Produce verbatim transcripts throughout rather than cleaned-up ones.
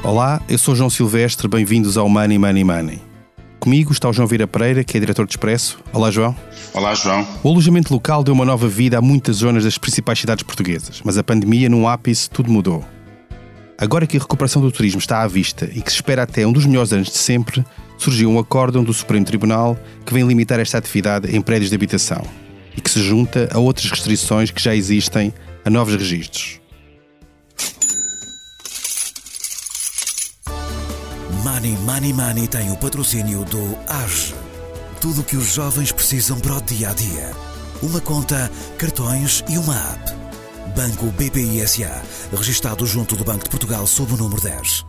Olá, eu sou João Silvestre, bem-vindos ao Money, Money, Money. Comigo está o João Vieira Pereira, que é diretor de Expresso. Olá, João. Olá, João. O alojamento local deu uma nova vida a muitas zonas das principais cidades portuguesas, mas a pandemia, num ápice, tudo mudou. Agora que a recuperação do turismo está à vista e que se espera até um dos melhores anos de sempre, surgiu um acórdão do Supremo Tribunal que vem limitar esta atividade em prédios de habitação e que se junta a outras restrições que já existem a novos registros. Money, Money, Money tem o patrocínio do A G E. Tudo o que os jovens precisam para o dia-a-dia. Uma conta, cartões e uma app. Banco B P I S A, registado junto do Banco de Portugal sob o número dez.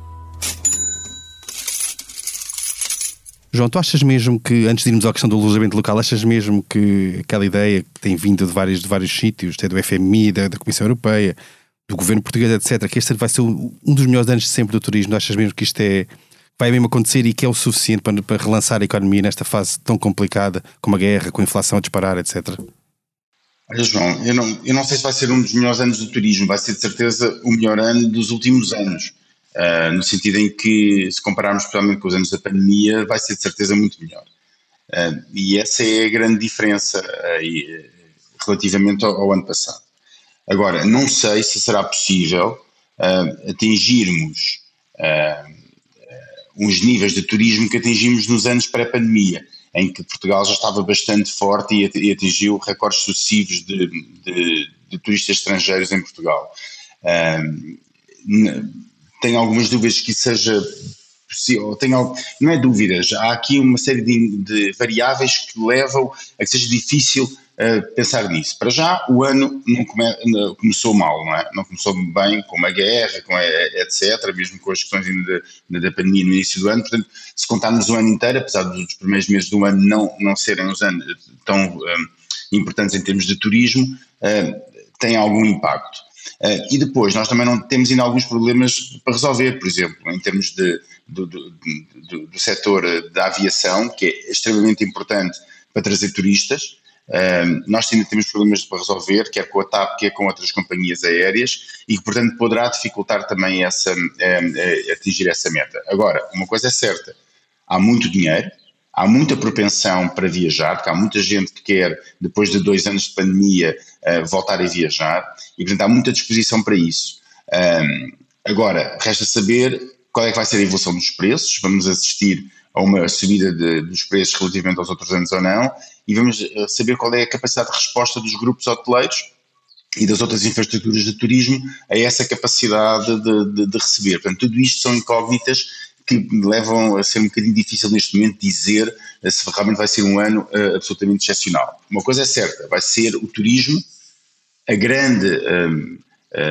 João, tu achas mesmo que, antes de irmos à questão do alojamento local, achas mesmo que aquela ideia que tem vindo de vários, de vários sítios, até do F M I, da, da Comissão Europeia, do Governo Português, etcétera, que este vai ser um dos melhores anos de sempre do turismo, achas mesmo que isto é... vai mesmo acontecer e que é o suficiente para, para relançar a economia nesta fase tão complicada, como a guerra, com a inflação a disparar, etcétera? Olha, João, eu não, eu não sei se vai ser um dos melhores anos do turismo, vai ser de certeza o melhor ano dos últimos anos, uh, no sentido em que, se compararmos especialmente com os anos da pandemia, vai ser de certeza muito melhor. Uh, e essa é a grande diferença uh, e, uh, relativamente ao, ao ano passado. Agora, não sei se será possível uh, atingirmos... Uh, uns níveis de turismo que atingimos nos anos pré-pandemia, em que Portugal já estava bastante forte e atingiu recordes sucessivos de, de, de turistas estrangeiros em Portugal. Um, tenho algumas dúvidas que isso seja possível, tenho, não é dúvidas, há aqui uma série de, de variáveis que levam a que seja difícil uh, pensar nisso. Para já, o ano não, come, não começou mal, não é? Não começou bem com a guerra, com a, etcétera, mesmo com as questões da, da pandemia no início do ano. Portanto, se contarmos o ano inteiro, apesar dos primeiros meses do ano não, não serem os anos tão um, importantes em termos de turismo, uh, tem algum impacto. Uh, e depois, nós também não temos ainda alguns problemas para resolver, por exemplo, em termos de, do, do, do, do setor da aviação, que é extremamente importante para trazer turistas. Uh, nós ainda temos problemas para resolver, quer com a TAP, quer com outras companhias aéreas, e que, portanto, poderá dificultar também essa, uh, uh, atingir essa meta. Agora, uma coisa é certa, há muito dinheiro, há muita propensão para viajar, porque há muita gente que quer, depois de dois anos de pandemia, uh, voltar a viajar, e portanto há muita disposição para isso. Um, agora, resta saber qual é que vai ser a evolução dos preços, vamos assistir a uma subida de, dos preços relativamente aos outros anos ou não, e vamos saber qual é a capacidade de resposta dos grupos hoteleiros e das outras infraestruturas de turismo a essa capacidade de, de, de receber. Portanto, tudo isto são incógnitas que levam a ser um bocadinho difícil neste momento dizer se realmente vai ser um ano uh, absolutamente excepcional. Uma coisa é certa, vai ser o turismo a grande um,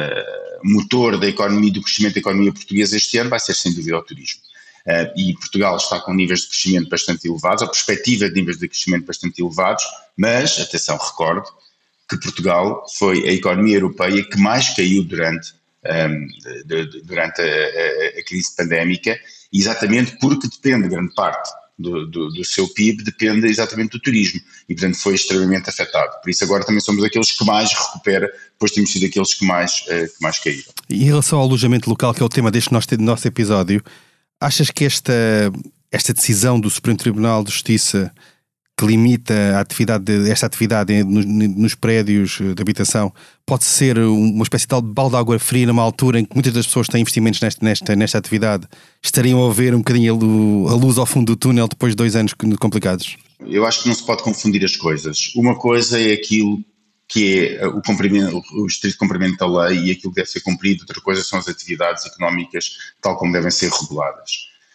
uh, motor da economia, do crescimento da economia portuguesa este ano, vai ser sem dúvida o turismo. Uh, e Portugal está com níveis de crescimento bastante elevados, a perspectiva de níveis de crescimento bastante elevados, mas, atenção, recordo que Portugal foi a economia europeia que mais caiu durante, um, de, de, durante a, a, a crise pandémica, exatamente porque depende, grande parte do, do, do seu P I B, depende exatamente do turismo, e portanto foi extremamente afetado. Por isso agora também somos aqueles que mais recupera, depois temos sido aqueles que mais, uh, que mais caíram. E em relação ao alojamento local, que é o tema deste nosso, nosso episódio, achas que esta, esta decisão do Supremo Tribunal de Justiça que limita a atividade de, esta atividade nos, nos prédios de habitação pode ser uma espécie de balde de água fria numa altura em que muitas das pessoas têm investimentos nesta, nesta, nesta atividade, estariam a ver um bocadinho a luz ao fundo do túnel depois de dois anos complicados? Eu acho que não se pode confundir as coisas. Uma coisa é aquilo que é o, cumprimento, o estrito cumprimento da lei e aquilo que deve ser cumprido, outra coisa são as atividades económicas tal como devem ser reguladas.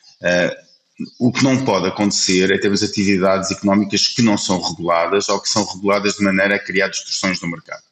Uh, O que não pode acontecer é termos atividades económicas que não são reguladas ou que são reguladas de maneira a criar distorções no mercado.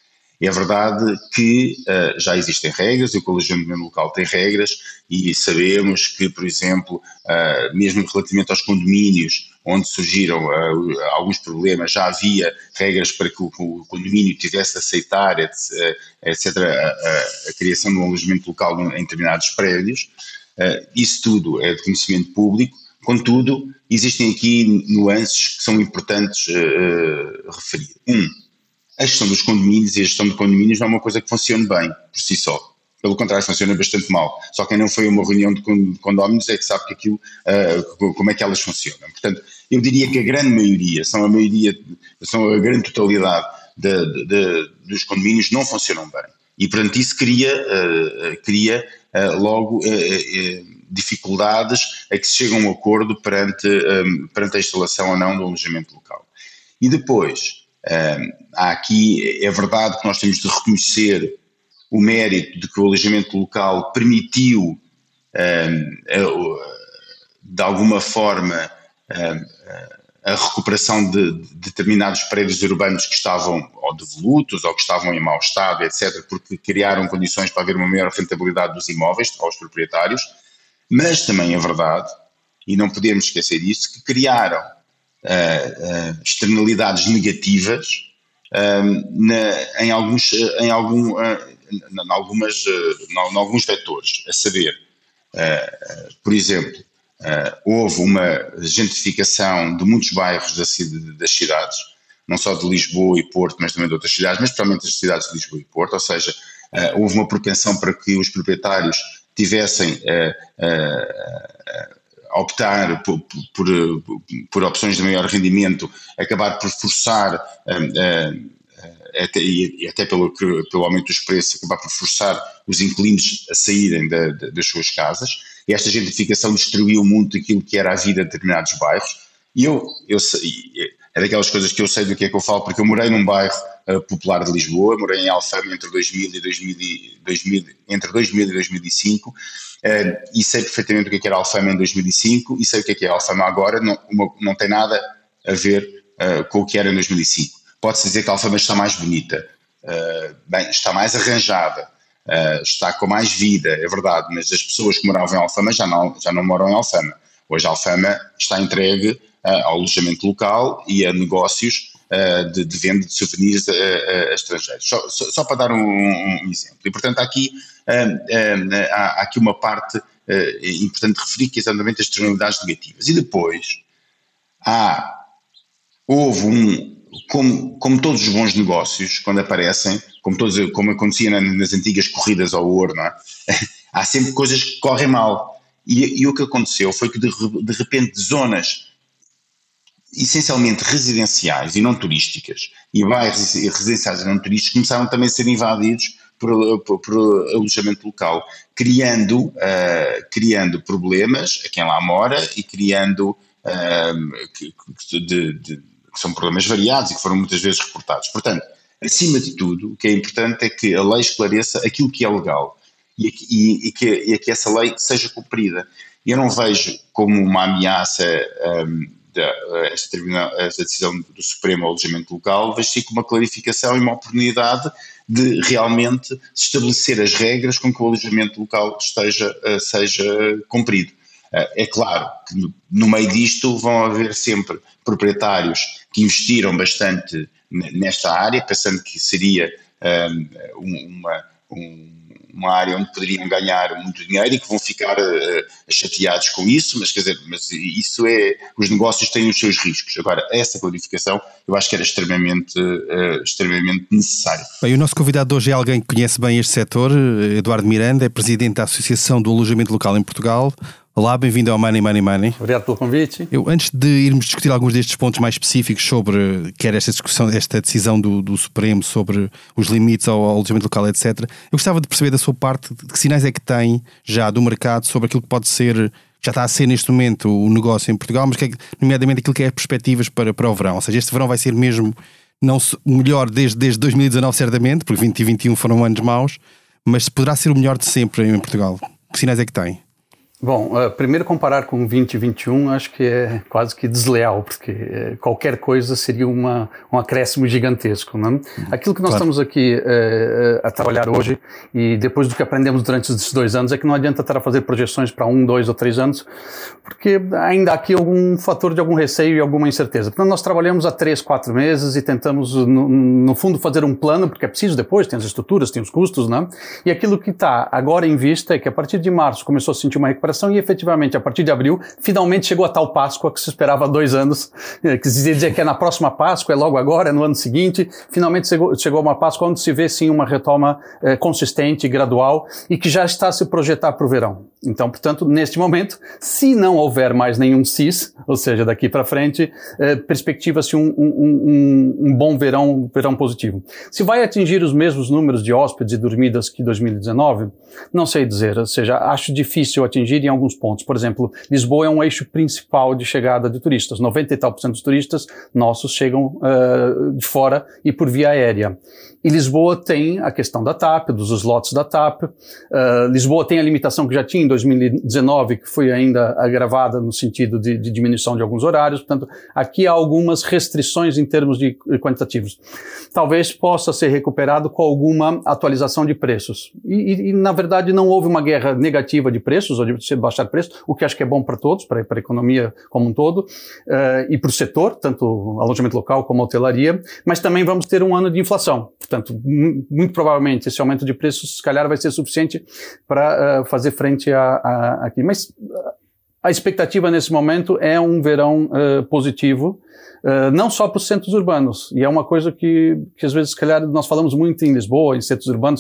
É verdade que uh, já existem regras, e o alojamento local tem regras, e sabemos que, por exemplo, uh, mesmo relativamente aos condomínios, onde surgiram uh, alguns problemas, já havia regras para que o, o condomínio tivesse de aceitar, etcétera, a, a, a criação de um alojamento local em determinados prédios. Uh, isso tudo é de conhecimento público, contudo, existem aqui nuances que são importantes uh, referir. Um, a gestão dos condomínios e a gestão de condomínios não é uma coisa que funcione bem, por si só. pelo contrário, funciona bastante mal. Só quem não foi a uma reunião de condóminos é que sabe que aquilo, uh, como é que elas funcionam. Portanto, eu diria que a grande maioria, são a maioria, são a grande totalidade de, de, de, dos condomínios não funcionam bem. E, portanto, isso cria, uh, cria uh, logo uh, uh, dificuldades a que se chegue a um acordo perante, um, perante a instalação ou não do alojamento local. E depois, um, há aqui, é verdade que nós temos de reconhecer o mérito de que o alojamento local permitiu, um, de alguma forma, a recuperação de determinados prédios urbanos que estavam ou devolutos ou que estavam em mau estado, etcétera, porque criaram condições para haver uma maior rentabilidade dos imóveis aos proprietários, mas também é verdade, e não podemos esquecer isso, que criaram uh, uh, externalidades negativas uh, na, em alguns, em algum, uh, em algumas, uh, em alguns vetores, a saber, uh, uh, por exemplo, Uh, houve uma gentrificação de muitos bairros da, das cidades, não só de Lisboa e Porto, mas também de outras cidades, mas principalmente das cidades de Lisboa e Porto, ou seja, uh, houve uma propensão para que os proprietários tivessem uh, uh, a optar por, por, por opções de maior rendimento, acabar por forçar, uh, uh, até, e até pelo, pelo aumento dos preços, acabar por forçar os inquilinos a saírem da, da, das suas casas. E esta gentrificação destruiu muito aquilo que era a vida de determinados bairros. E eu, eu sei, é daquelas coisas que eu sei do que é que eu falo, porque eu morei num bairro uh, popular de Lisboa, morei em Alfama entre dois mil e dois mil, dois mil, entre dois mil e dois mil e cinco, uh, e sei perfeitamente o que é que era Alfama em dois mil e cinco, e sei o que é que é Alfama agora, não, uma, não tem nada a ver uh, com o que era em dois mil e cinco. Pode-se dizer que a Alfama está mais bonita, uh, bem, está mais arranjada, Uh, está com mais vida, é verdade, mas as pessoas que moravam em Alfama já não, já não moram em Alfama. Hoje a Alfama está entregue uh, ao alojamento local e a negócios uh, de, de venda de souvenirs a, a, a estrangeiros. Só, só, só para dar um, um exemplo. E, portanto, há aqui, uh, uh, há, há aqui uma parte uh, importante de referir, que é exatamente as externalidades negativas. E depois, há, houve um... Como, como todos os bons negócios, quando aparecem, como, todos, como acontecia nas antigas corridas ao ouro, não é? Há sempre coisas que correm mal. E, e o que aconteceu foi que, de, de repente, zonas essencialmente residenciais e não turísticas, e bairros residenciais e não turísticos, começaram também a ser invadidos por, por, por alojamento local, criando, uh, criando problemas a quem lá mora e criando uh, de, de que são problemas variados e que foram muitas vezes reportados. Portanto, acima de tudo, o que é importante é que a lei esclareça aquilo que é legal e, e, e, que, e que essa lei seja cumprida. Eu não vejo como uma ameaça um, de, esta, esta decisão do Supremo ao alojamento local, vejo sim como uma clarificação e uma oportunidade de realmente estabelecer as regras com que o alojamento local esteja, seja cumprido. É claro que no meio disto vão haver sempre proprietários que investiram bastante nesta área, pensando que seria um, uma, um, uma área onde poderiam ganhar muito dinheiro e que vão ficar uh, chateados com isso, mas quer dizer, mas isso é, os negócios têm os seus riscos. Agora, essa clarificação eu acho que era extremamente, uh, extremamente necessária. Bem, o nosso convidado hoje é alguém que conhece bem este setor, Eduardo Miranda, é presidente da Associação do Alojamento Local em Portugal. Olá, bem-vindo ao Money Money Money. Obrigado pelo convite. Eu, antes de irmos discutir alguns destes pontos mais específicos sobre, quer esta discussão, esta decisão do, do Supremo sobre os limites ao, ao alojamento local, etcétera, eu gostava de perceber da sua parte de que sinais é que tem já do mercado sobre aquilo que pode ser, já está a ser neste momento o negócio em Portugal, mas que é, nomeadamente aquilo que é perspectivas para, para o verão. Ou seja, este verão vai ser mesmo não o melhor desde, desde dois mil e dezanove, certamente, porque vinte e vinte e um foram anos maus, mas poderá ser o melhor de sempre em Portugal. Que sinais é que tem? Bom, uh, primeiro comparar com vinte e vinte e um acho que é quase que desleal, porque uh, qualquer coisa seria uma, um acréscimo gigantesco, não é? Aquilo que nós claro. estamos aqui uh, a trabalhar hoje e depois do que aprendemos durante esses dois anos é que não adianta estar a fazer projeções para um, dois ou três anos, porque ainda há aqui algum fator de algum receio e alguma incerteza. Portanto, nós trabalhamos há três, quatro meses e tentamos, no, no fundo, fazer um plano, porque é preciso depois, tem as estruturas, tem os custos, não é? E aquilo que está agora em vista é que a partir de março começou a sentir uma recuperação recuperação e, efetivamente, a partir de abril, finalmente chegou a tal Páscoa que se esperava há dois anos, que se dizia que é na próxima Páscoa, é logo agora, é no ano seguinte. Finalmente chegou, chegou uma Páscoa onde se vê, sim, uma retoma eh, consistente, gradual, e que já está a se projetar para o verão. Então, portanto, neste momento, se não houver mais nenhum C I S, ou seja, daqui para frente, eh, perspectiva-se um, um, um, um bom verão, verão positivo. Se vai atingir os mesmos números de hóspedes e dormidas que dois mil e dezenove, não sei dizer, ou seja, acho difícil atingir em alguns pontos. Por exemplo, Lisboa é um eixo principal de chegada de turistas. noventa e tal por cento dos turistas nossos chegam uh, de fora e por via aérea. E Lisboa tem a questão da TAP, dos slots da TAP. Uh, Lisboa tem a limitação que já tinha em dois mil e dezenove, que foi ainda agravada no sentido de, de diminuição de alguns horários. Portanto, aqui há algumas restrições em termos de quantitativos. Talvez possa ser recuperado com alguma atualização de preços. E, e, e na verdade, não houve uma guerra negativa de preços, ou de baixar preços, o que acho que é bom para todos, para, para a economia como um todo, uh, e para o setor, tanto alojamento local como hotelaria, mas também vamos ter um ano de inflação. Portanto, muito provavelmente esse aumento de preços, se calhar, vai ser suficiente para uh, fazer frente a, a, aqui. Mas uh, a expectativa nesse momento é um verão uh, positivo, uh, não só para os centros urbanos. E é uma coisa que, que às vezes, se calhar, nós falamos muito em Lisboa, em centros urbanos,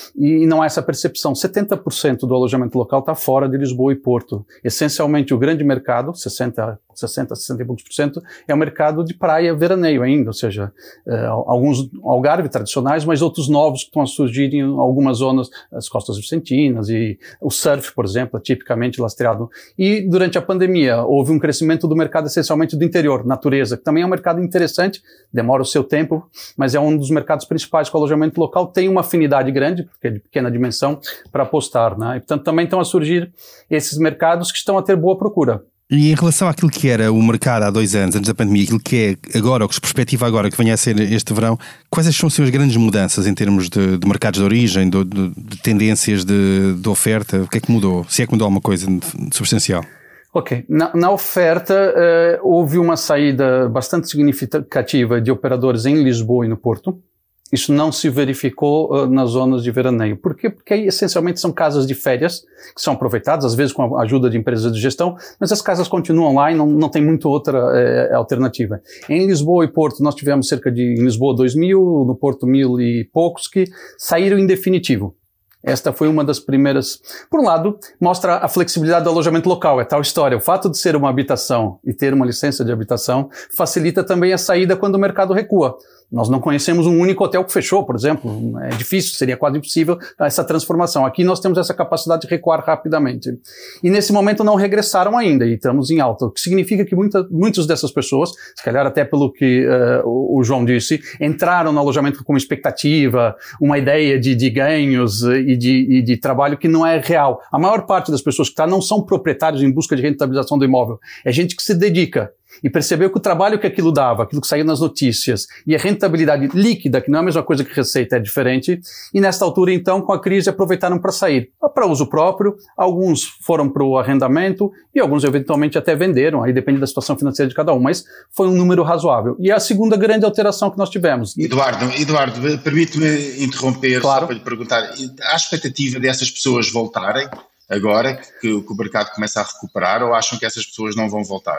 e não há essa percepção. setenta por cento do alojamento local está fora de Lisboa e Porto. Essencialmente, o grande mercado, sessenta, sessenta, sessenta e poucos por cento, é o mercado de praia veraneio ainda, ou seja, uh, alguns Algarve tradicionais, mas outros novos que estão a surgir em algumas zonas, as costas vicentinas e o surf, por exemplo, é tipicamente lastreado. E durante a pandemia houve um crescimento do mercado essencialmente do interior, natureza, que também é um mercado interessante, demora o seu tempo, mas é um dos mercados principais que o alojamento local tem uma afinidade grande, porque é de pequena dimensão, para apostar, né? E, portanto, também estão a surgir esses mercados que estão a ter boa procura. E em relação àquilo que era o mercado há dois anos, antes da pandemia, aquilo que é agora, ou que se perspectiva agora, que venha a ser este verão, quais são as grandes mudanças em termos de, de mercados de origem, de, de, de tendências de, de oferta? O que é que mudou? Se é que mudou alguma coisa de substancial? Ok. Na, na oferta, eh, houve uma saída bastante significativa de operadores em Lisboa e no Porto. Isso não se verificou uh, nas zonas de veraneio. Por quê? Porque aí, essencialmente, são casas de férias que são aproveitadas, às vezes com a ajuda de empresas de gestão, mas as casas continuam lá e não, não tem muito outra eh, alternativa. Em Lisboa e Porto, nós tivemos cerca de, em Lisboa, dois mil, no Porto, mil e poucos, que saíram em definitivo. Esta foi uma das primeiras. Por um lado, mostra a flexibilidade do alojamento local, é tal história. O fato de ser uma habitação e ter uma licença de habitação facilita também a saída quando o mercado recua. Nós não conhecemos um único hotel que fechou, por exemplo. É difícil, seria quase impossível essa transformação. Aqui nós temos essa capacidade de recuar rapidamente. E nesse momento não regressaram ainda e estamos em alta, o que significa que muita, muitas dessas pessoas, se calhar até pelo que uh, o, o João disse, entraram no alojamento com uma expectativa, uma ideia de, de ganhos e de, e de trabalho que não é real. A maior parte das pessoas que estão não são proprietários em busca de rentabilização do imóvel. É gente que se dedica e percebeu que o trabalho que aquilo dava, aquilo que saiu nas notícias, e a rentabilidade líquida, que não é a mesma coisa que receita, é diferente, e nesta altura, então, com a crise, aproveitaram para sair. Para uso próprio, alguns foram para o arrendamento, e alguns, eventualmente, até venderam, aí depende da situação financeira de cada um, mas foi um número razoável. E a segunda grande alteração que nós tivemos. Eduardo, Eduardo, permite-me interromper, claro. Só para lhe perguntar, há expectativa dessas pessoas voltarem, agora que, que o mercado começa a recuperar, ou acham que essas pessoas não vão voltar?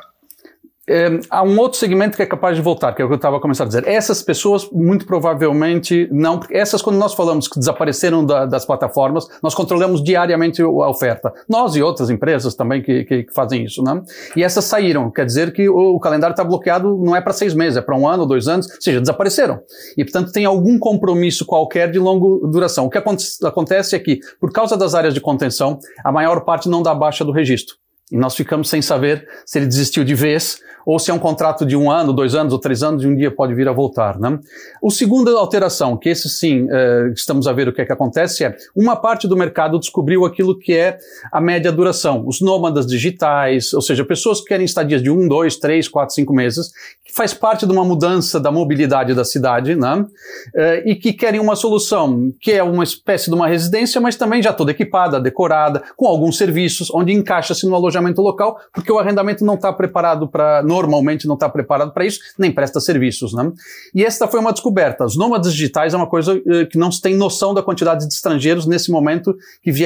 É, há um outro segmento que é capaz de voltar, que é o que eu estava a começar a dizer. Essas pessoas, muito provavelmente, não, porque essas, quando nós falamos que desapareceram da, das plataformas, nós controlamos diariamente a oferta. Nós e outras empresas também que, que, que fazem isso, né? E essas saíram, quer dizer que o, o calendário está bloqueado, não é para seis meses, é para um ano, dois anos, ou seja, desapareceram. E, portanto, tem algum compromisso qualquer de longa duração. O que acontece é que, por causa das áreas de contenção, a maior parte não dá baixa do registro. E nós ficamos sem saber se ele desistiu de vez ou se é um contrato de um ano, dois anos ou três anos e um dia pode vir a voltar, né? O segunda alteração, que esse sim, eh, estamos a ver o que é que acontece, é uma parte do mercado descobriu aquilo que é a média duração. Os nômadas digitais, ou seja, pessoas que querem estadias de um, dois, três, quatro, cinco meses, que faz parte de uma mudança da mobilidade da cidade, né? Eh, e que querem uma solução que é uma espécie de uma residência, mas também já toda equipada, decorada, com alguns serviços, onde encaixa-se no alojamento local, porque o arrendamento não está preparado para, normalmente não está preparado para isso, nem presta serviços, né? E esta foi uma descoberta. Os nômades digitais é uma coisa eh, que não se tem noção da quantidade de estrangeiros nesse momento que vieram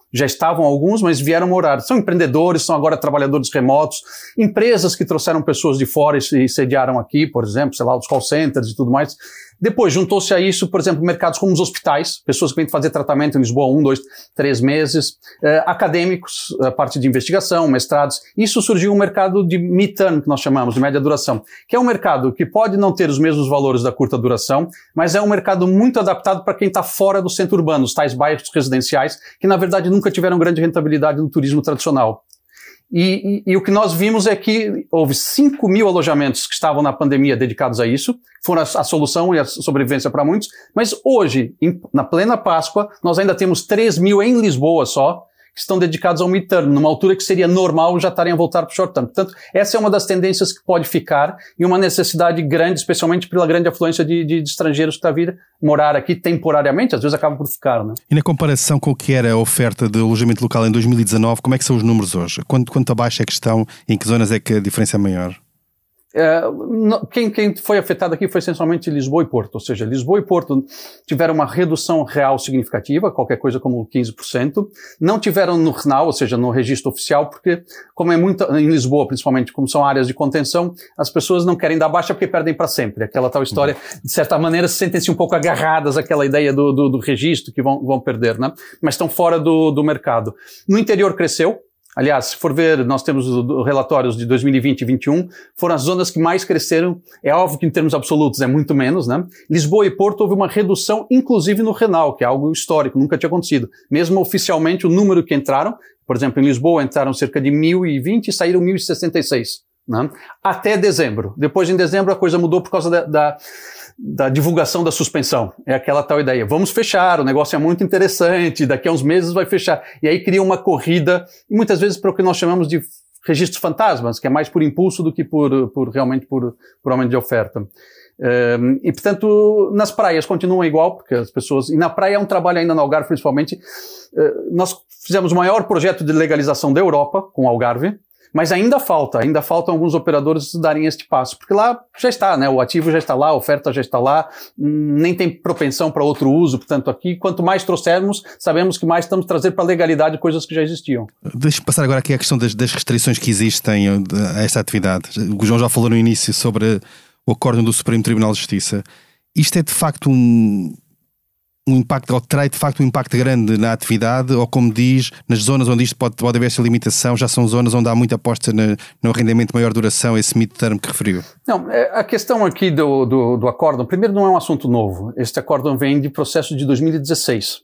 já estavam alguns, mas vieram morar. São empreendedores, são agora trabalhadores remotos, empresas que trouxeram pessoas de fora e, e sediaram aqui, por exemplo, sei lá, os call centers e tudo mais. Depois, juntou-se a isso, por exemplo, mercados como os hospitais, pessoas que vêm fazer tratamento em Lisboa um, dois, três meses, eh, acadêmicos, a parte de investigação, mestrados. Isso surgiu um mercado de mid-term, que nós chamamos, de média duração, que é um mercado que pode não ter os mesmos valores da curta duração, mas é um mercado muito adaptado para quem está fora do centro urbano, os tais bairros residenciais, que na verdade nunca tiveram grande rentabilidade no turismo tradicional. E, e, e o que nós vimos é que houve cinco mil alojamentos que estavam na pandemia dedicados a isso, foram a, a solução e a sobrevivência para muitos, mas hoje, em, na plena Páscoa, nós ainda temos três mil em Lisboa só, que estão dedicados ao mid-term, numa altura que seria normal já estarem a voltar para o short-term. Portanto, essa é uma das tendências que pode ficar e uma necessidade grande, especialmente pela grande afluência de, de, de estrangeiros que está a vir morar aqui temporariamente, às vezes acabam por ficar. Né? E na comparação com o que era a oferta de alojamento local em dois mil e dezanove, como é que são os números hoje? Quanto, quanto abaixo é que estão? Em que zonas é que a diferença é maior? Uh, quem, quem foi afetado aqui foi essencialmente Lisboa e Porto, ou seja, Lisboa e Porto tiveram uma redução real significativa, qualquer coisa como quinze por cento, não tiveram no R N A U, ou seja, no registro oficial, porque como é muito, em Lisboa principalmente, como são áreas de contenção, as pessoas não querem dar baixa porque perdem para sempre, aquela tal história, de certa maneira se sentem-se um pouco agarradas àquela ideia do, do, do registro que vão, vão perder, né? Mas estão fora do, do mercado. No interior cresceu. Aliás, se for ver, nós temos os relatórios de dois mil e vinte e vinte e um, foram as zonas que mais cresceram. É óbvio que em termos absolutos é muito menos, né? Lisboa e Porto houve uma redução, inclusive no R N A U, que é algo histórico, nunca tinha acontecido. Mesmo oficialmente, o número que entraram, por exemplo, em Lisboa entraram cerca de mil e vinte e saíram mil e sessenta e seis, né? Até dezembro. Depois, em dezembro, a coisa mudou por causa da... da da divulgação da suspensão. É aquela tal ideia. Vamos fechar, o negócio é muito interessante, daqui a uns meses vai fechar. E aí cria uma corrida, e muitas vezes para o que nós chamamos de registros fantasmas, que é mais por impulso do que por, por realmente por, por aumento de oferta. Um, e, portanto, nas praias continua igual, porque as pessoas... E na praia é um trabalho ainda no Algarve, principalmente. Uh, nós fizemos o maior projeto de legalização da Europa com o Algarve, mas ainda falta, ainda faltam alguns operadores darem este passo, porque lá já está, né? O ativo já está lá, a oferta já está lá, nem tem propensão para outro uso, portanto aqui, quanto mais trouxermos, sabemos que mais estamos trazendo para a legalidade coisas que já existiam. Deixa-me passar agora aqui a questão das, das restrições que existem a esta atividade. O João já falou no início sobre o acórdão do Supremo Tribunal de Justiça. Isto é de facto um... um impacto, ou terá de facto um impacto grande na atividade, ou como diz, nas zonas onde isto pode, pode haver esta limitação, já são zonas onde há muita aposta na, no arrendamento de maior duração, esse mid-term que referiu? Não, a questão aqui do, do, do acórdão, primeiro não é um assunto novo, este acórdão vem de processo de dois mil e dezesseis.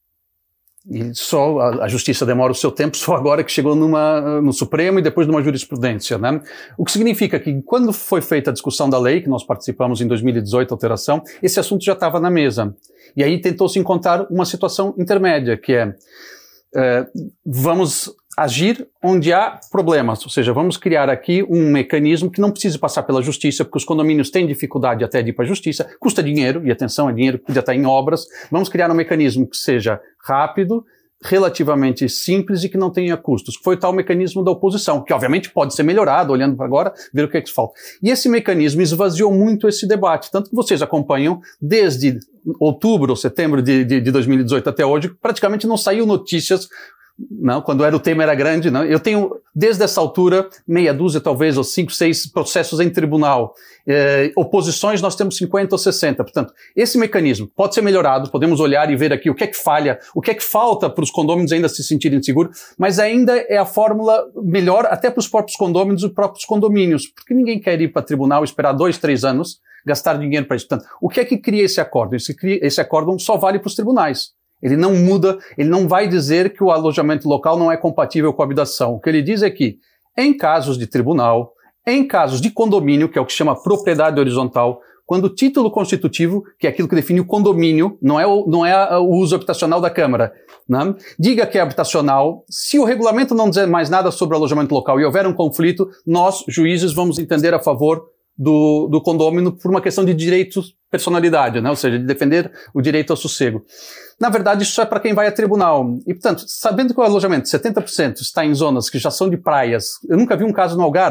E só a, a justiça demora o seu tempo, só agora que chegou numa, no Supremo e depois numa jurisprudência, né? O que significa que quando foi feita a discussão da lei, que nós participamos em dois mil e dezoito, alteração, esse assunto já estava na mesa. E aí tentou-se encontrar uma situação intermédia, que é, é vamos agir onde há problemas, ou seja, vamos criar aqui um mecanismo que não precise passar pela justiça, porque os condomínios têm dificuldade até de ir para a justiça, custa dinheiro, e atenção, é dinheiro que podia estar em obras, vamos criar um mecanismo que seja rápido, relativamente simples e que não tenha custos. Foi o tal mecanismo da oposição, que obviamente pode ser melhorado, olhando para agora, ver o que é que falta. E esse mecanismo esvaziou muito esse debate, tanto que vocês acompanham desde outubro ou setembro de, de, de dois mil e dezoito até hoje, praticamente não saiu notícias. Não, quando era o tema era grande, não. Eu tenho, desde essa altura, meia dúzia talvez, ou cinco, seis processos em tribunal. Eh, oposições nós temos cinquenta ou sessenta. Portanto, esse mecanismo pode ser melhorado, podemos olhar e ver aqui o que é que falha, o que é que falta para os condôminos ainda se sentirem seguros, mas ainda é a fórmula melhor até para os próprios condôminos e os próprios condomínios, porque ninguém quer ir para tribunal, esperar dois, três anos, gastar dinheiro para isso. Portanto, o que é que cria esse acórdão? Esse, esse acórdão só vale para os tribunais. Ele não muda, ele não vai dizer que o alojamento local não é compatível com a habitação. O que ele diz é que, em casos de tribunal, em casos de condomínio, que é o que chama propriedade horizontal, quando o título constitutivo, que é aquilo que define o condomínio, não é o, não é o uso habitacional da Câmara, né? Diga que é habitacional, se o regulamento não dizer mais nada sobre o alojamento local e houver um conflito, nós, juízes, vamos entender a favor do, do condômino por uma questão de direito, personalidade, né? Ou seja, de defender o direito ao sossego. Na verdade, isso é para quem vai a tribunal. E, portanto, sabendo que o alojamento, setenta por cento, está em zonas que já são de praias, eu nunca vi um caso no Algarve,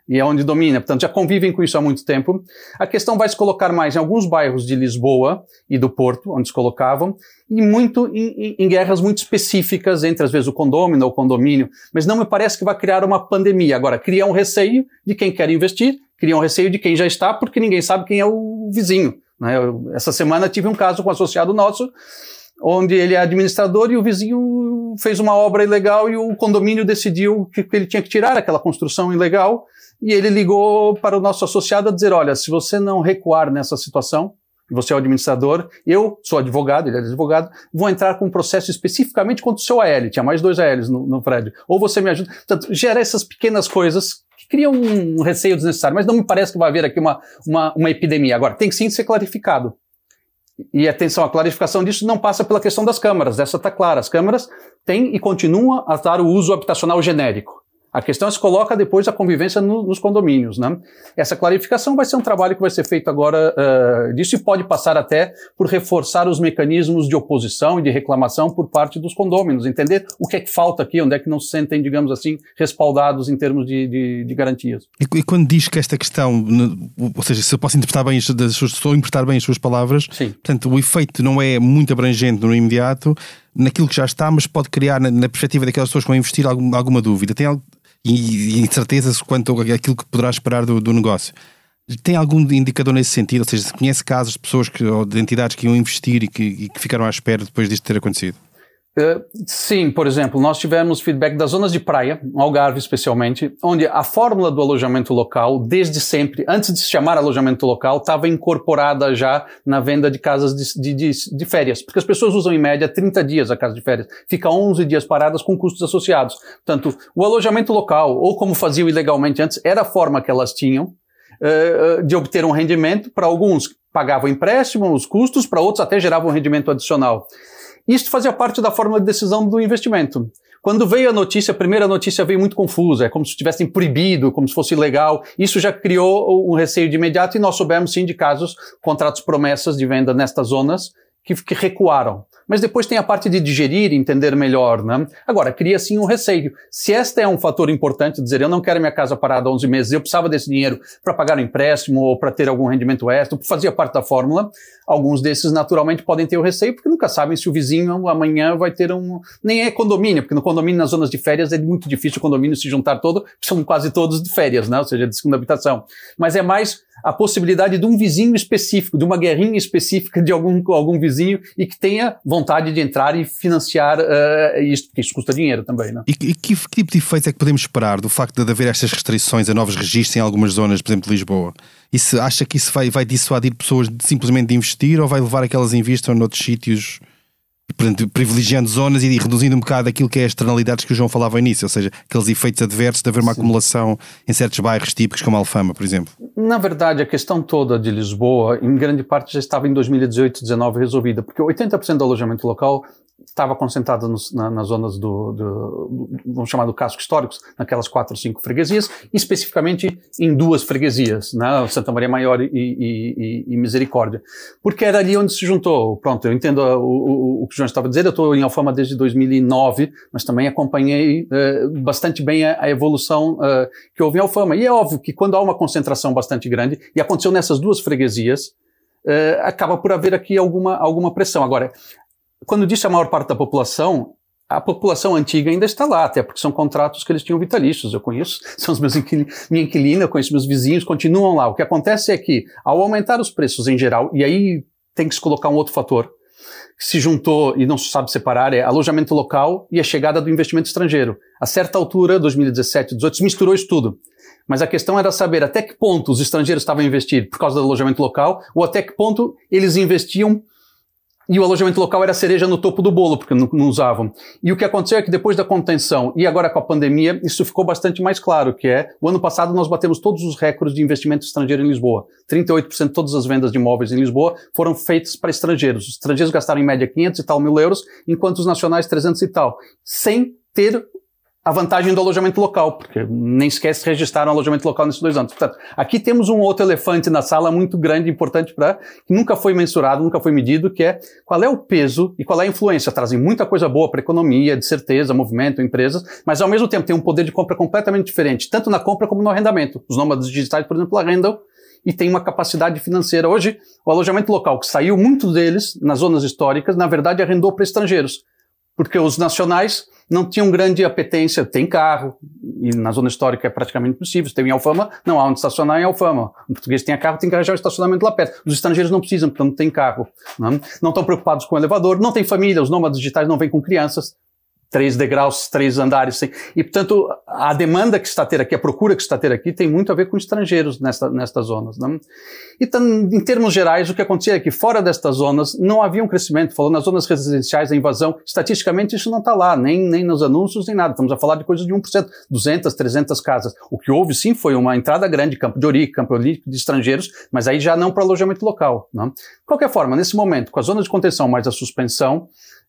e é onde domina, portanto já convivem com isso há muito tempo. A questão vai se colocar mais em alguns bairros de Lisboa e do Porto, onde se colocavam, e muito em, em, em guerras muito específicas entre, às vezes, o condômino ou o condomínio, mas não me parece que vai criar uma pandemia. Agora, cria um receio de quem quer investir, cria um receio de quem já está, porque ninguém sabe quem é o vizinho, né? Eu, essa semana tive um caso com um associado nosso, onde ele é administrador e o vizinho fez uma obra ilegal e o condomínio decidiu que, que ele tinha que tirar aquela construção ilegal, e ele ligou para o nosso associado a dizer, olha, se você não recuar nessa situação, você é o administrador, eu sou advogado, ele é advogado, vou entrar com um processo especificamente contra o seu A L, tinha mais dois A Ls no, no prédio, ou você me ajuda. Portanto, gera essas pequenas coisas que criam um receio desnecessário, mas não me parece que vai haver aqui uma, uma, uma epidemia. Agora, tem que sim ser clarificado. E atenção, a clarificação disso não passa pela questão das câmaras, essa está clara, as câmaras têm e continuam a dar o uso habitacional genérico. A questão é se coloca depois a convivência no, nos condomínios, né? Essa clarificação vai ser um trabalho que vai ser feito agora uh, disso, e pode passar até por reforçar os mecanismos de oposição e de reclamação por parte dos condôminos, entender o que é que falta aqui, onde é que não se sentem, digamos assim, respaldados em termos de, de, de garantias. E, e quando diz que esta questão, ou seja, se eu posso interpretar bem, as suas, se eu interpretar bem as suas palavras, sim, portanto, o efeito não é muito abrangente no imediato, naquilo que já está, mas pode criar, na, na perspectiva daquelas pessoas que vão investir, algum, alguma dúvida. Tem algo e incertezas quanto àquilo que poderá esperar do, do negócio. Tem algum indicador nesse sentido? Ou seja, se conhece casos de pessoas que, ou de entidades que iam investir e que, e que ficaram à espera depois disto ter acontecido? Uh, sim, por exemplo, nós tivemos feedback das zonas de praia, Algarve especialmente, onde a fórmula do alojamento local, desde sempre, antes de se chamar alojamento local, estava incorporada já na venda de casas de, de, de, de férias, porque as pessoas usam em média trinta dias a casa de férias, fica onze dias paradas com custos associados. Portanto, o alojamento local, ou como faziam ilegalmente antes, era a forma que elas tinham uh, de obter um rendimento. Para alguns pagavam empréstimo, os custos, para outros até geravam um rendimento adicional. Isso fazia parte da fórmula de decisão do investimento. Quando veio a notícia, a primeira notícia veio muito confusa, é como se tivessem proibido, como se fosse ilegal. Isso já criou um receio de imediato, e nós soubemos sim de casos, contratos promessas de venda nestas zonas, que, que recuaram. Mas depois tem a parte de digerir, entender melhor, né? Agora, cria sim um receio. Se este é um fator importante, dizer, eu não quero minha casa parada há onze meses, eu precisava desse dinheiro para pagar um empréstimo ou para ter algum rendimento extra, fazia parte da fórmula, alguns desses naturalmente podem ter o receio, porque nunca sabem se o vizinho amanhã vai ter um... Nem é condomínio, porque no condomínio, nas zonas de férias, é muito difícil o condomínio se juntar todo, porque são quase todos de férias, né? Ou seja, de segunda habitação. Mas é mais a possibilidade de um vizinho específico, de uma guerrinha específica de algum, algum vizinho, e que tenha vontade de entrar e financiar uh, isto, porque isso custa dinheiro também, não? E, e que, que tipo de efeito é que podemos esperar do facto de haver estas restrições a novos registros em algumas zonas, por exemplo, de Lisboa? E se acha que isso vai, vai dissuadir pessoas de, simplesmente de investir, ou vai levar a que elas investam noutros sítios, portanto, privilegiando zonas e reduzindo um bocado aquilo que é as externalidades que o João falava ao início, ou seja, aqueles efeitos adversos de haver uma Sim. acumulação em certos bairros típicos como Alfama, por exemplo? Na verdade, a questão toda de Lisboa, em grande parte, já estava em dois mil e dezoito, dezenove resolvida, porque oitenta por cento do alojamento local estava concentrado nos, na, nas zonas do, do, do, vamos chamar do casco históricos, naquelas quatro, cinco freguesias, e especificamente em duas freguesias, né, Santa Maria Maior e, e, e, e Misericórdia, porque era ali onde se juntou. Pronto, eu entendo o, o, o que o João estava dizendo, eu estou em Alfama desde dois mil e nove, mas também acompanhei uh, bastante bem a, a evolução uh, que houve em Alfama, e é óbvio que quando há uma concentração bastante grande, e aconteceu nessas duas freguesias, uh, acaba por haver aqui alguma, alguma pressão. Agora, quando disse a maior parte da população, a população antiga ainda está lá, até porque são contratos que eles tinham vitalícios, eu conheço, são os meus inquil... minha inquilina, eu conheço meus vizinhos, continuam lá. O que acontece é que, ao aumentar os preços em geral, e aí tem que se colocar um outro fator, que se juntou e não se sabe separar, é alojamento local e a chegada do investimento estrangeiro. A certa altura, dois mil e dezessete, dezoito, se misturou isso tudo. Mas a questão era saber até que ponto os estrangeiros estavam a investir por causa do alojamento local, ou até que ponto eles investiam e o alojamento local era a cereja no topo do bolo, porque não, não usavam. E o que aconteceu é que depois da contenção e agora com a pandemia, isso ficou bastante mais claro, que é, o ano passado nós batemos todos os recordes de investimento estrangeiro em Lisboa. trinta e oito por cento de todas as vendas de imóveis em Lisboa foram feitas para estrangeiros. Os estrangeiros gastaram em média quinhentos e tal mil euros, enquanto os nacionais trezentos e tal, sem ter a vantagem do alojamento local, porque nem sequer se registraram alojamento local nesses dois anos. Portanto, aqui temos um outro elefante na sala muito grande, importante para que nunca foi mensurado, nunca foi medido, que é qual é o peso e qual é a influência. Trazem muita coisa boa para a economia, de certeza, movimento, empresas, mas ao mesmo tempo tem um poder de compra completamente diferente, tanto na compra como no arrendamento. Os nômades digitais, por exemplo, arrendam e tem uma capacidade financeira. Hoje, o alojamento local, que saiu muito deles nas zonas históricas, na verdade arrendou para estrangeiros, porque os nacionais não tinham grande apetência. Tem carro, e na zona histórica é praticamente impossível. Se tem em Alfama, não há onde estacionar em Alfama. O português tem carro, tem que arranjar o estacionamento lá perto. Os estrangeiros não precisam, porque não tem carro. Não, não estão preocupados com o elevador, não tem família, os nômades digitais não vêm com crianças. Três degraus, três andares. E, portanto, a demanda que está a ter aqui, a procura que está a ter aqui, tem muito a ver com estrangeiros nesta, nestas zonas. Não? Então, em termos gerais, o que acontecia é que fora destas zonas não havia um crescimento. Falando nas zonas residenciais, a invasão, estatisticamente isso não está lá, nem, nem nos anúncios, nem nada. Estamos a falar de coisas de um por cento, duzentas, trezentas casas. O que houve, sim, foi uma entrada grande, Campo de Ourique, Campo Olímpico de estrangeiros, mas aí já não para alojamento local. Não? De qualquer forma, nesse momento, com as zonas de contenção mais a suspensão,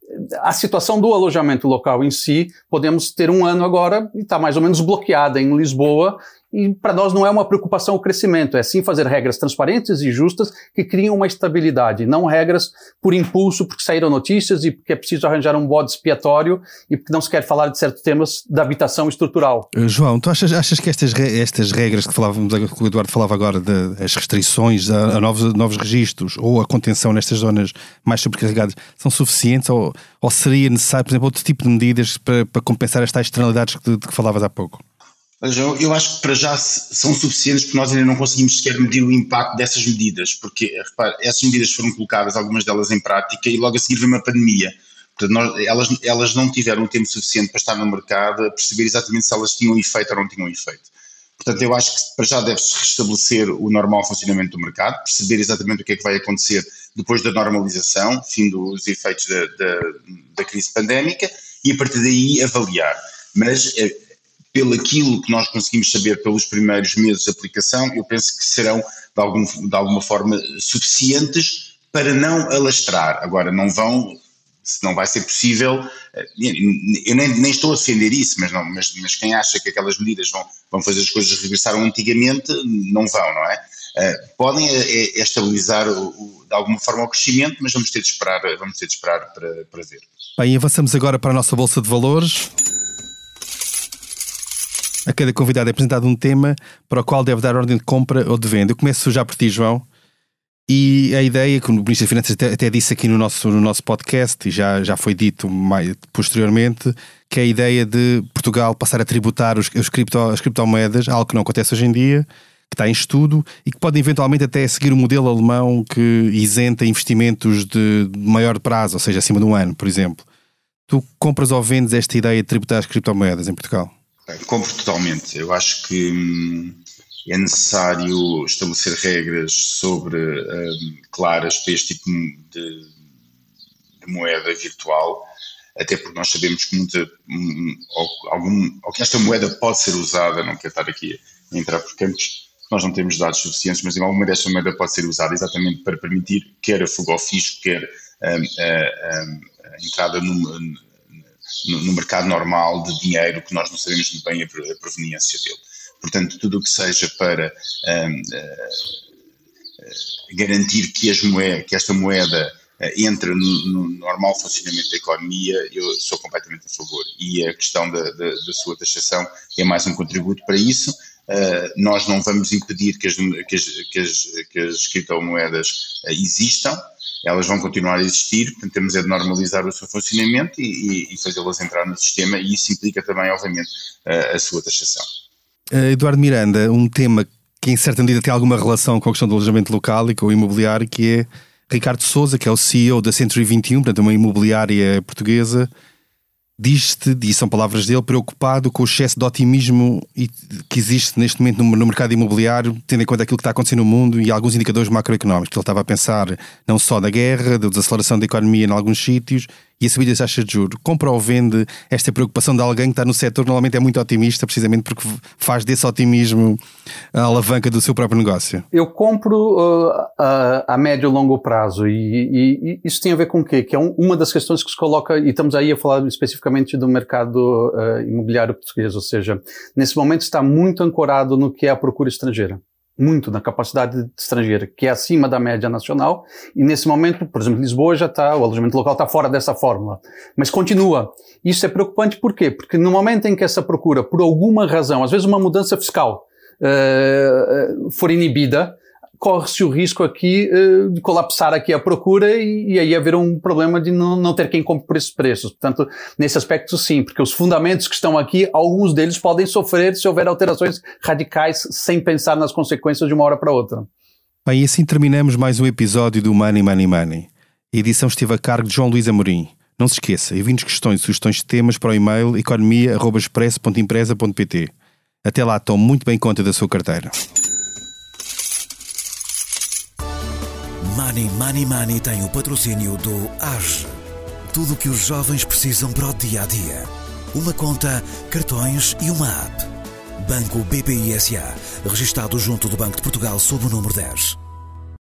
a situação do alojamento local em si, podemos ter um ano agora e está mais ou menos bloqueada em Lisboa, e para nós não é uma preocupação o crescimento, é sim fazer regras transparentes e justas que criam uma estabilidade, não regras por impulso, porque saíram notícias e porque é preciso arranjar um bode expiatório e porque não se quer falar de certos temas da habitação estrutural. Uh, João, tu achas, achas que estas, estas regras que, falávamos, que o Eduardo falava agora, de, as restrições a, a novos, novos registros ou a contenção nestas zonas mais sobrecarregadas, são suficientes ou, ou seria necessário, por exemplo, outro tipo de medidas para, para compensar estas externalidades de, de que falavas há pouco? Eu, eu acho que para já são suficientes porque nós ainda não conseguimos sequer medir o impacto dessas medidas, porque, repare, essas medidas foram colocadas, algumas delas em prática, e logo a seguir veio uma pandemia. Portanto, nós, elas, elas não tiveram o tempo suficiente para estar no mercado a perceber exatamente se elas tinham efeito ou não tinham efeito. Portanto, eu acho que para já deve-se restabelecer o normal funcionamento do mercado, perceber exatamente o que é que vai acontecer depois da normalização, fim dos efeitos da, da, da crise pandémica, e a partir daí avaliar. Mas pelo aquilo que nós conseguimos saber pelos primeiros meses de aplicação, eu penso que serão de, algum, de alguma forma suficientes para não alastrar. Agora, não vão, se não vai ser possível, eu nem, nem estou a defender isso, mas, não, mas, mas quem acha que aquelas medidas vão, vão fazer as coisas regressaram antigamente, não vão, não é? Uh, podem é, é estabilizar o, o, de alguma forma o crescimento, mas vamos ter de esperar, vamos ter de esperar para, para ver. Bem, avançamos agora para a nossa Bolsa de Valores. A cada convidado é apresentado um tema para o qual deve dar ordem de compra ou de venda. Eu começo já por ti, João, e a ideia, que o Ministro das Finanças até, até disse aqui no nosso, no nosso podcast, e já, já foi dito mais posteriormente, que é a ideia de Portugal passar a tributar os, os cripto, as criptomoedas, algo que não acontece hoje em dia, que está em estudo e que pode eventualmente até seguir o modelo alemão que isenta investimentos de maior prazo, ou seja, acima de um ano, por exemplo. Tu compras ou vendes esta ideia de tributar as criptomoedas em Portugal? Compro totalmente. Eu acho que hum, é necessário estabelecer regras sobre, hum, claras para este tipo de, de moeda virtual, até porque nós sabemos que muita, hum, ou, algum, ou que esta moeda pode ser usada, não quero estar aqui a entrar por campos, nós não temos dados suficientes, mas alguma desta moeda pode ser usada exatamente para permitir quer a fuga ao fisco, quer hum, a, a, a entrada no, no, no mercado normal de dinheiro, que nós não sabemos muito bem a, a proveniência dele. Portanto, tudo o que seja para um, uh, uh, garantir que, as moeda, que esta moeda uh, entre no, no normal funcionamento da economia, eu sou completamente a favor. E a questão da, da, da sua taxação é mais um contributo para isso. Uh, nós não vamos impedir que as, que as, que as, que as criptomoedas uh, existam, elas vão continuar a existir, portanto temos é de normalizar o seu funcionamento e, e, e fazê-las entrar no sistema, e isso implica também, obviamente, uh, a sua taxação. Uh, Eduardo Miranda, um tema que em certa medida tem alguma relação com a questão do alojamento local e com o imobiliário, que é Ricardo Sousa, que é o C E O da Century vinte e um, portanto uma imobiliária portuguesa, diz-te, e são palavras dele, preocupado com o excesso de otimismo que existe neste momento no mercado imobiliário, tendo em conta aquilo que está acontecendo no mundo e alguns indicadores macroeconómicos. Ele estava a pensar não só da guerra, da desaceleração da economia em alguns sítios e a subida das taxas de juros, compra ou vende esta preocupação de alguém que está no setor, normalmente é muito otimista, precisamente porque faz desse otimismo a alavanca do seu próprio negócio? Eu compro uh, a, a médio e longo prazo, e, e, e isso tem a ver com o quê? Que é um, uma das questões que se coloca, e estamos aí a falar especificamente do mercado uh, imobiliário português, ou seja, nesse momento está muito ancorado no que é a procura estrangeira. Muito na capacidade estrangeira, que é acima da média nacional, e nesse momento, por exemplo, Lisboa já está, o alojamento local está fora dessa fórmula, mas continua. Isso é preocupante por quê? Porque no momento em que essa procura, por alguma razão, às vezes uma mudança fiscal, uh, for inibida, corre-se o risco aqui uh, de colapsar aqui a procura e, e aí haver um problema de não, não ter quem compre por esses preços. Portanto, nesse aspecto sim, porque os fundamentos que estão aqui, alguns deles podem sofrer se houver alterações radicais sem pensar nas consequências de uma hora para outra. Bem, e assim terminamos mais um episódio do Money, Money, Money. A edição esteve a cargo de João Luís Amorim. Não se esqueça, envie-nos questões e sugestões de temas para o e-mail economia arroba expresso ponto empresa ponto pt. Até lá, tome muito bem conta da sua carteira. Money, Money, Money tem o patrocínio do A G. Tudo o que os jovens precisam para o dia-a-dia. Uma conta, cartões e uma app. Banco B P I S A, registado junto do Banco de Portugal sob o número dez.